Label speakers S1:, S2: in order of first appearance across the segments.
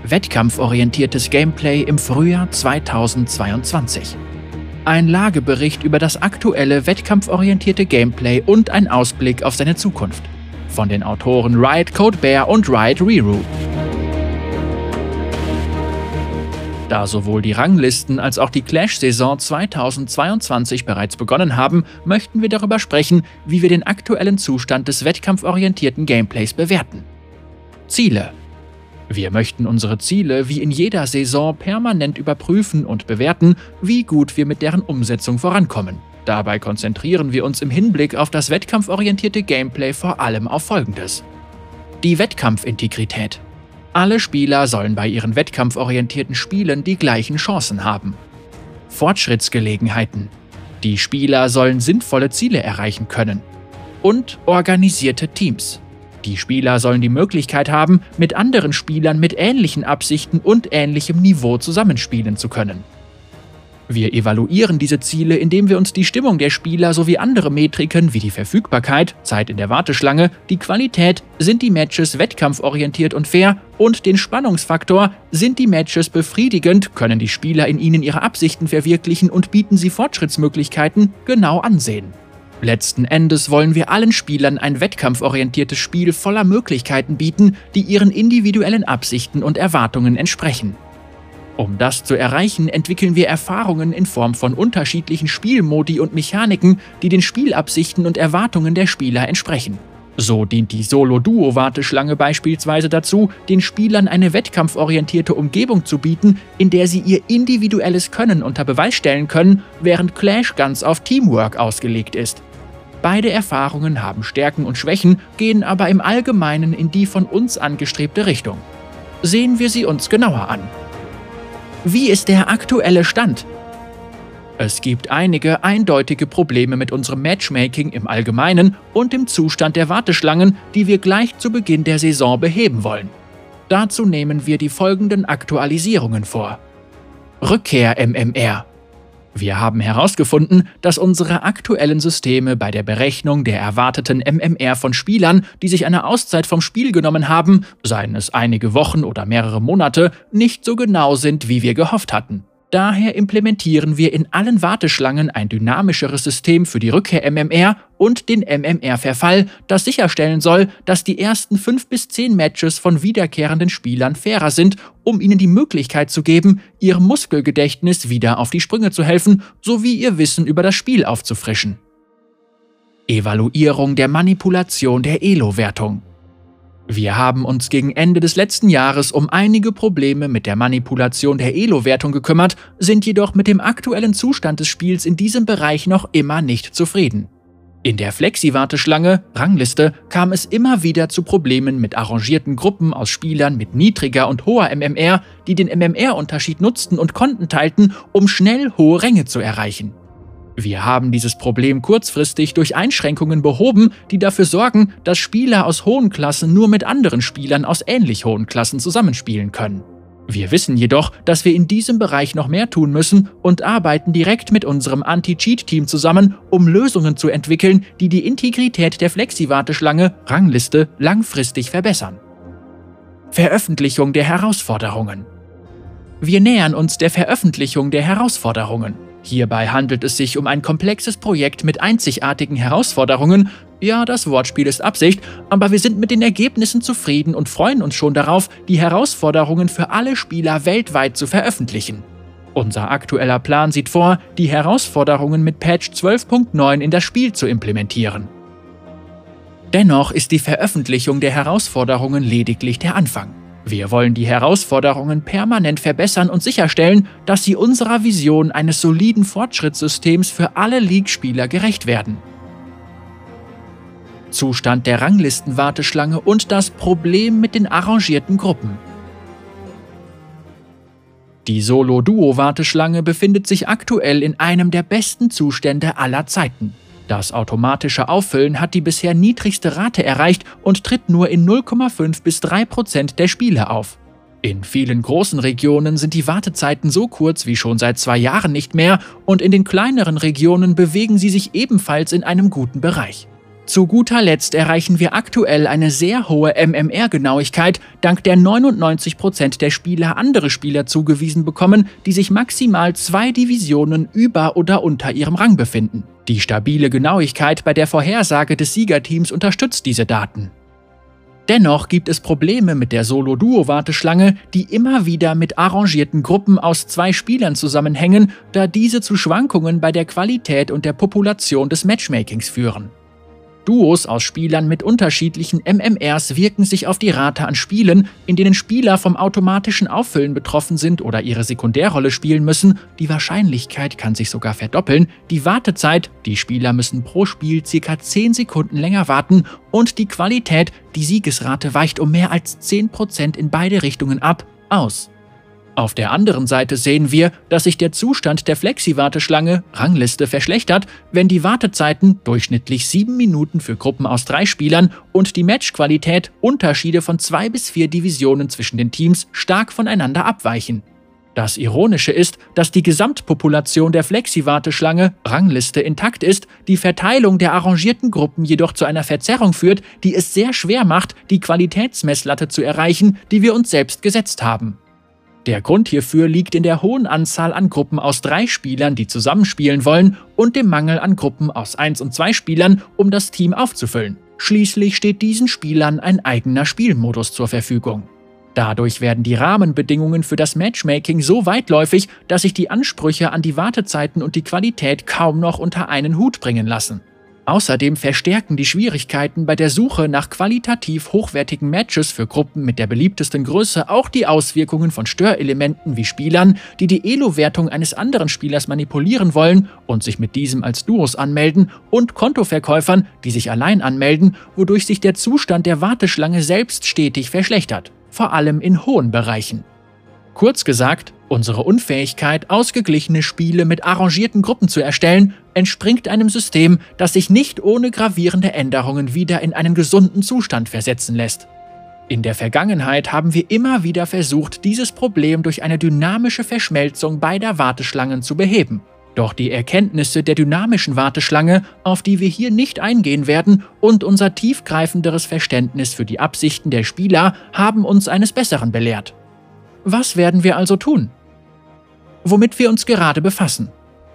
S1: Wettkampforientiertes Gameplay im Frühjahr 2022. Ein Lagebericht über das aktuelle wettkampforientierte Gameplay und ein Ausblick auf seine Zukunft. Von den Autoren Riot Code Bear und Riot Reroot. Da sowohl die Ranglisten als auch die Clash-Saison 2022 bereits begonnen haben, möchten wir darüber sprechen, wie wir den aktuellen Zustand des wettkampforientierten Gameplays bewerten. Ziele. Wir möchten unsere Ziele wie in jeder Saison permanent überprüfen und bewerten, wie gut wir mit deren Umsetzung vorankommen. Dabei konzentrieren wir uns im Hinblick auf das wettkampforientierte Gameplay vor allem auf Folgendes: Die Wettkampfintegrität. Alle Spieler sollen bei ihren wettkampforientierten Spielen die gleichen Chancen haben. Fortschrittsgelegenheiten. Die Spieler sollen sinnvolle Ziele erreichen können. Und organisierte Teams. Die Spieler sollen die Möglichkeit haben, mit anderen Spielern mit ähnlichen Absichten und ähnlichem Niveau zusammenspielen zu können. Wir evaluieren diese Ziele, indem wir uns die Stimmung der Spieler sowie andere Metriken wie die Verfügbarkeit, Zeit in der Warteschlange, die Qualität, sind die Matches wettkampforientiert und fair und den Spannungsfaktor, sind die Matches befriedigend, können die Spieler in ihnen ihre Absichten verwirklichen und bieten sie Fortschrittsmöglichkeiten, genau ansehen. Letzten Endes wollen wir allen Spielern ein wettkampforientiertes Spiel voller Möglichkeiten bieten, die ihren individuellen Absichten und Erwartungen entsprechen. Um das zu erreichen, entwickeln wir Erfahrungen in Form von unterschiedlichen Spielmodi und Mechaniken, die den Spielabsichten und Erwartungen der Spieler entsprechen. So dient die Solo-Duo-Warteschlange beispielsweise dazu, den Spielern eine wettkampforientierte Umgebung zu bieten, in der sie ihr individuelles Können unter Beweis stellen können, während Clash ganz auf Teamwork ausgelegt ist. Beide Erfahrungen haben Stärken und Schwächen, gehen aber im Allgemeinen in die von uns angestrebte Richtung. Sehen wir sie uns genauer an. Wie ist der aktuelle Stand? Es gibt einige eindeutige Probleme mit unserem Matchmaking im Allgemeinen und im Zustand der Warteschlangen, die wir gleich zu Beginn der Saison beheben wollen. Dazu nehmen wir die folgenden Aktualisierungen vor. Rückkehr-MMR. Wir haben herausgefunden, dass unsere aktuellen Systeme bei der Berechnung der erwarteten MMR von Spielern, die sich eine Auszeit vom Spiel genommen haben, seien es einige Wochen oder mehrere Monate, nicht so genau sind, wie wir gehofft hatten. Daher implementieren wir in allen Warteschlangen ein dynamischeres System für die Rückkehr-MMR und den MMR-Verfall, das sicherstellen soll, dass die ersten 5 bis 10 Matches von wiederkehrenden Spielern fairer sind, um ihnen die Möglichkeit zu geben, ihrem Muskelgedächtnis wieder auf die Sprünge zu helfen, sowie ihr Wissen über das Spiel aufzufrischen. Evaluierung der Manipulation der Elo-Wertung. Wir haben uns gegen Ende des letzten Jahres um einige Probleme mit der Manipulation der Elo-Wertung gekümmert, sind jedoch mit dem aktuellen Zustand des Spiels in diesem Bereich noch immer nicht zufrieden. In der Flexi-Warteschlange, Rangliste, kam es immer wieder zu Problemen mit arrangierten Gruppen aus Spielern mit niedriger und hoher MMR, die den MMR-Unterschied nutzten und Konten teilten, um schnell hohe Ränge zu erreichen. Wir haben dieses Problem kurzfristig durch Einschränkungen behoben, die dafür sorgen, dass Spieler aus hohen Klassen nur mit anderen Spielern aus ähnlich hohen Klassen zusammenspielen können. Wir wissen jedoch, dass wir in diesem Bereich noch mehr tun müssen und arbeiten direkt mit unserem Anti-Cheat-Team zusammen, um Lösungen zu entwickeln, die die Integrität der Flexi-Warteschlange, Rangliste, langfristig verbessern. Veröffentlichung der Herausforderungen. Wir nähern uns der Veröffentlichung der Herausforderungen. Hierbei handelt es sich um ein komplexes Projekt mit einzigartigen Herausforderungen. Ja, das Wortspiel ist Absicht, aber wir sind mit den Ergebnissen zufrieden und freuen uns schon darauf, die Herausforderungen für alle Spieler weltweit zu veröffentlichen. Unser aktueller Plan sieht vor, die Herausforderungen mit Patch 12.9 in das Spiel zu implementieren. Dennoch ist die Veröffentlichung der Herausforderungen lediglich der Anfang. Wir wollen die Herausforderungen permanent verbessern und sicherstellen, dass sie unserer Vision eines soliden Fortschrittssystems für alle League-Spieler gerecht werden. Zustand der Ranglistenwarteschlange und das Problem mit den arrangierten Gruppen. Die Solo-Duo-Warteschlange befindet sich aktuell in einem der besten Zustände aller Zeiten. Das automatische Auffüllen hat die bisher niedrigste Rate erreicht und tritt nur in 0,5 bis 3% der Spiele auf. In vielen großen Regionen sind die Wartezeiten so kurz wie schon seit 2 Jahren nicht mehr und in den kleineren Regionen bewegen sie sich ebenfalls in einem guten Bereich. Zu guter Letzt erreichen wir aktuell eine sehr hohe MMR-Genauigkeit, dank der 99% der Spieler andere Spieler zugewiesen bekommen, die sich maximal 2 Divisionen über oder unter ihrem Rang befinden. Die stabile Genauigkeit bei der Vorhersage des Siegerteams unterstützt diese Daten. Dennoch gibt es Probleme mit der Solo-Duo-Warteschlange, die immer wieder mit arrangierten Gruppen aus 2 Spielern zusammenhängen, da diese zu Schwankungen bei der Qualität und der Population des Matchmakings führen. Duos aus Spielern mit unterschiedlichen MMRs wirken sich auf die Rate an Spielen, in denen Spieler vom automatischen Auffüllen betroffen sind oder ihre Sekundärrolle spielen müssen. Die Wahrscheinlichkeit kann sich sogar verdoppeln, die Wartezeit, die Spieler müssen pro Spiel ca. 10 Sekunden länger warten und die Qualität, die Siegesrate weicht um mehr als 10% in beide Richtungen ab, aus. Auf der anderen Seite sehen wir, dass sich der Zustand der Flexi-Warteschlange Rangliste verschlechtert, wenn die Wartezeiten durchschnittlich 7 Minuten für Gruppen aus 3 Spielern und die Matchqualität Unterschiede von 2 bis 4 Divisionen zwischen den Teams stark voneinander abweichen. Das Ironische ist, dass die Gesamtpopulation der Flexi-Warteschlange Rangliste intakt ist, die Verteilung der arrangierten Gruppen jedoch zu einer Verzerrung führt, die es sehr schwer macht, die Qualitätsmesslatte zu erreichen, die wir uns selbst gesetzt haben. Der Grund hierfür liegt in der hohen Anzahl an Gruppen aus 3 Spielern, die zusammenspielen wollen, und dem Mangel an Gruppen aus 1 und 2 Spielern, um das Team aufzufüllen. Schließlich steht diesen Spielern ein eigener Spielmodus zur Verfügung. Dadurch werden die Rahmenbedingungen für das Matchmaking so weitläufig, dass sich die Ansprüche an die Wartezeiten und die Qualität kaum noch unter einen Hut bringen lassen. Außerdem verstärken die Schwierigkeiten bei der Suche nach qualitativ hochwertigen Matches für Gruppen mit der beliebtesten Größe auch die Auswirkungen von Störelementen wie Spielern, die die Elo-Wertung eines anderen Spielers manipulieren wollen und sich mit diesem als Duos anmelden, und Kontoverkäufern, die sich allein anmelden, wodurch sich der Zustand der Warteschlange selbst stetig verschlechtert, vor allem in hohen Bereichen. Kurz gesagt, unsere Unfähigkeit, ausgeglichene Spiele mit arrangierten Gruppen zu erstellen, entspringt einem System, das sich nicht ohne gravierende Änderungen wieder in einen gesunden Zustand versetzen lässt. In der Vergangenheit haben wir immer wieder versucht, dieses Problem durch eine dynamische Verschmelzung beider Warteschlangen zu beheben. Doch die Erkenntnisse der dynamischen Warteschlange, auf die wir hier nicht eingehen werden, und unser tiefgreifenderes Verständnis für die Absichten der Spieler haben uns eines Besseren belehrt. Was werden wir also tun? Womit wir uns gerade befassen.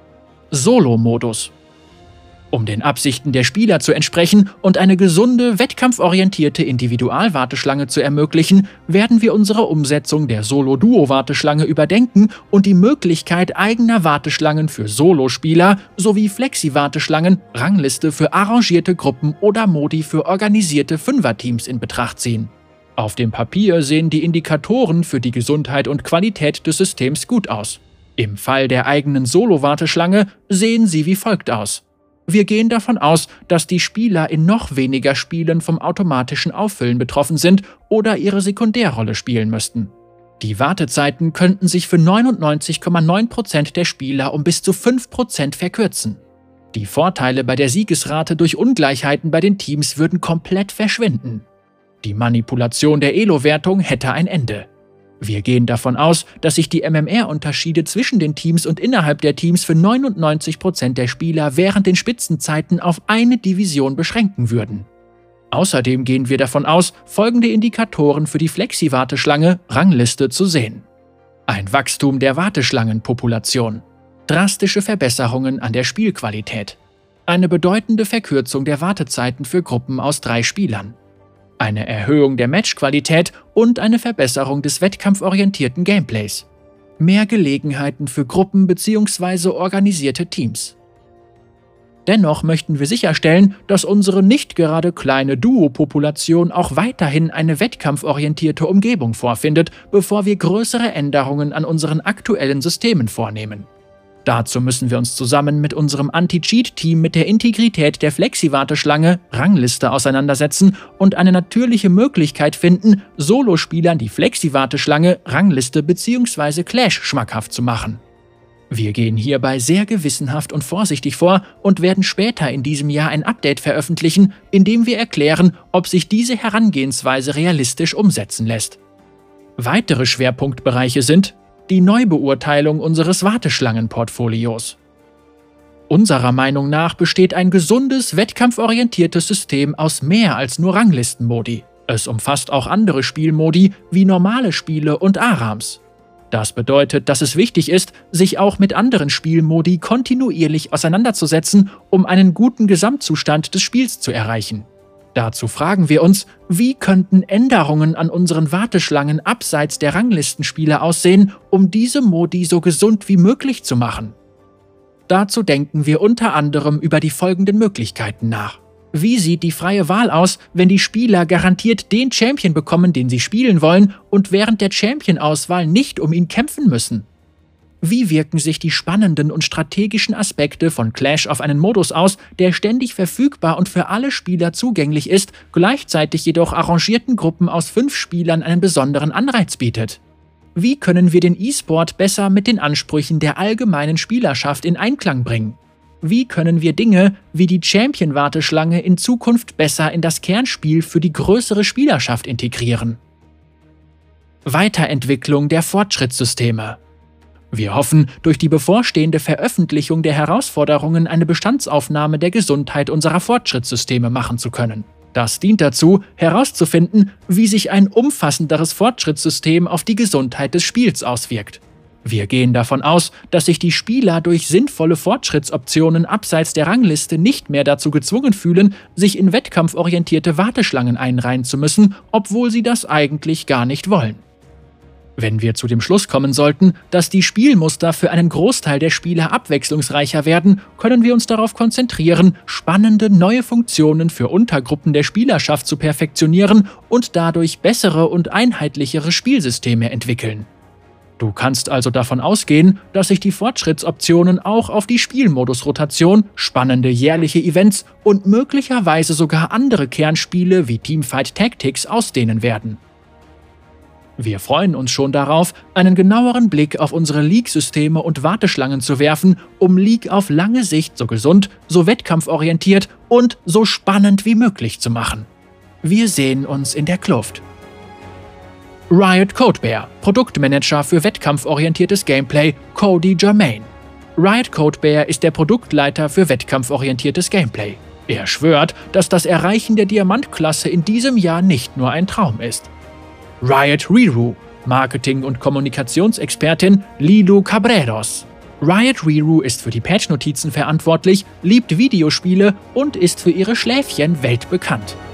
S1: Solo-Modus. Um den Absichten der Spieler zu entsprechen und eine gesunde, wettkampforientierte Individualwarteschlange zu ermöglichen, werden wir unsere Umsetzung der Solo-Duo-Warteschlange überdenken und die Möglichkeit eigener Warteschlangen für Solospieler sowie Flexi-Warteschlangen, Rangliste für arrangierte Gruppen oder Modi für organisierte Fünferteams in Betracht ziehen. Auf dem Papier sehen die Indikatoren für die Gesundheit und Qualität des Systems gut aus. Im Fall der eigenen Solo-Warteschlange sehen sie wie folgt aus. Wir gehen davon aus, dass die Spieler in noch weniger Spielen vom automatischen Auffüllen betroffen sind oder ihre Sekundärrolle spielen müssten. Die Wartezeiten könnten sich für 99,9% der Spieler um bis zu 5% verkürzen. Die Vorteile bei der Siegesrate durch Ungleichheiten bei den Teams würden komplett verschwinden. Die Manipulation der Elo-Wertung hätte ein Ende. Wir gehen davon aus, dass sich die MMR-Unterschiede zwischen den Teams und innerhalb der Teams für 99% der Spieler während den Spitzenzeiten auf eine Division beschränken würden. Außerdem gehen wir davon aus, folgende Indikatoren für die Flexi-Warteschlange Rangliste zu sehen. Ein Wachstum der Warteschlangenpopulation, drastische Verbesserungen an der Spielqualität, eine bedeutende Verkürzung der Wartezeiten für Gruppen aus 3 Spielern, eine Erhöhung der Matchqualität und eine Verbesserung des wettkampforientierten Gameplays. Mehr Gelegenheiten für Gruppen bzw. organisierte Teams. Dennoch möchten wir sicherstellen, dass unsere nicht gerade kleine Duo-Population auch weiterhin eine wettkampforientierte Umgebung vorfindet, bevor wir größere Änderungen an unseren aktuellen Systemen vornehmen. Dazu müssen wir uns zusammen mit unserem Anti-Cheat-Team mit der Integrität der Flexi-Warteschlange Rangliste auseinandersetzen und eine natürliche Möglichkeit finden, Solospielern die Flexi-Warteschlange Rangliste bzw. Clash schmackhaft zu machen. Wir gehen hierbei sehr gewissenhaft und vorsichtig vor und werden später in diesem Jahr ein Update veröffentlichen, in dem wir erklären, ob sich diese Herangehensweise realistisch umsetzen lässt. Weitere Schwerpunktbereiche sind die Neubeurteilung unseres Warteschlangenportfolios. Unserer Meinung nach besteht ein gesundes, wettkampforientiertes System aus mehr als nur Ranglistenmodi. Es umfasst auch andere Spielmodi wie normale Spiele und ARAMs. Das bedeutet, dass es wichtig ist, sich auch mit anderen Spielmodi kontinuierlich auseinanderzusetzen, um einen guten Gesamtzustand des Spiels zu erreichen. Dazu fragen wir uns, wie könnten Änderungen an unseren Warteschlangen abseits der Ranglistenspiele aussehen, um diese Modi so gesund wie möglich zu machen? Dazu denken wir unter anderem über die folgenden Möglichkeiten nach. Wie sieht die freie Wahl aus, wenn die Spieler garantiert den Champion bekommen, den sie spielen wollen, und während der Champion-Auswahl nicht um ihn kämpfen müssen? Wie wirken sich die spannenden und strategischen Aspekte von Clash auf einen Modus aus, der ständig verfügbar und für alle Spieler zugänglich ist, gleichzeitig jedoch arrangierten Gruppen aus 5 Spielern einen besonderen Anreiz bietet? Wie können wir den E-Sport besser mit den Ansprüchen der allgemeinen Spielerschaft in Einklang bringen? Wie können wir Dinge wie die Champion-Warteschlange in Zukunft besser in das Kernspiel für die größere Spielerschaft integrieren? Weiterentwicklung der Fortschrittssysteme. Wir hoffen, durch die bevorstehende Veröffentlichung der Herausforderungen eine Bestandsaufnahme der Gesundheit unserer Fortschrittssysteme machen zu können. Das dient dazu, herauszufinden, wie sich ein umfassenderes Fortschrittssystem auf die Gesundheit des Spiels auswirkt. Wir gehen davon aus, dass sich die Spieler durch sinnvolle Fortschrittsoptionen abseits der Rangliste nicht mehr dazu gezwungen fühlen, sich in wettkampforientierte Warteschlangen einreihen zu müssen, obwohl sie das eigentlich gar nicht wollen. Wenn wir zu dem Schluss kommen sollten, dass die Spielmuster für einen Großteil der Spieler abwechslungsreicher werden, können wir uns darauf konzentrieren, spannende neue Funktionen für Untergruppen der Spielerschaft zu perfektionieren und dadurch bessere und einheitlichere Spielsysteme entwickeln. Du kannst also davon ausgehen, dass sich die Fortschrittsoptionen auch auf die Spielmodusrotation, spannende jährliche Events und möglicherweise sogar andere Kernspiele wie Teamfight Tactics ausdehnen werden. Wir freuen uns schon darauf, einen genaueren Blick auf unsere League-Systeme und Warteschlangen zu werfen, um League auf lange Sicht so gesund, so wettkampforientiert und so spannend wie möglich zu machen. Wir sehen uns in der Kluft. Riot Codebear, Produktmanager für wettkampforientiertes Gameplay, Cody Germain. Riot Codebear ist der Produktleiter für wettkampforientiertes Gameplay. Er schwört, dass das Erreichen der Diamantklasse in diesem Jahr nicht nur ein Traum ist. Riot Reru, Marketing- und Kommunikationsexpertin Lilu Cabreros. Riot Reru ist für die Patch-Notizen verantwortlich, liebt Videospiele und ist für ihre Schläfchen weltbekannt.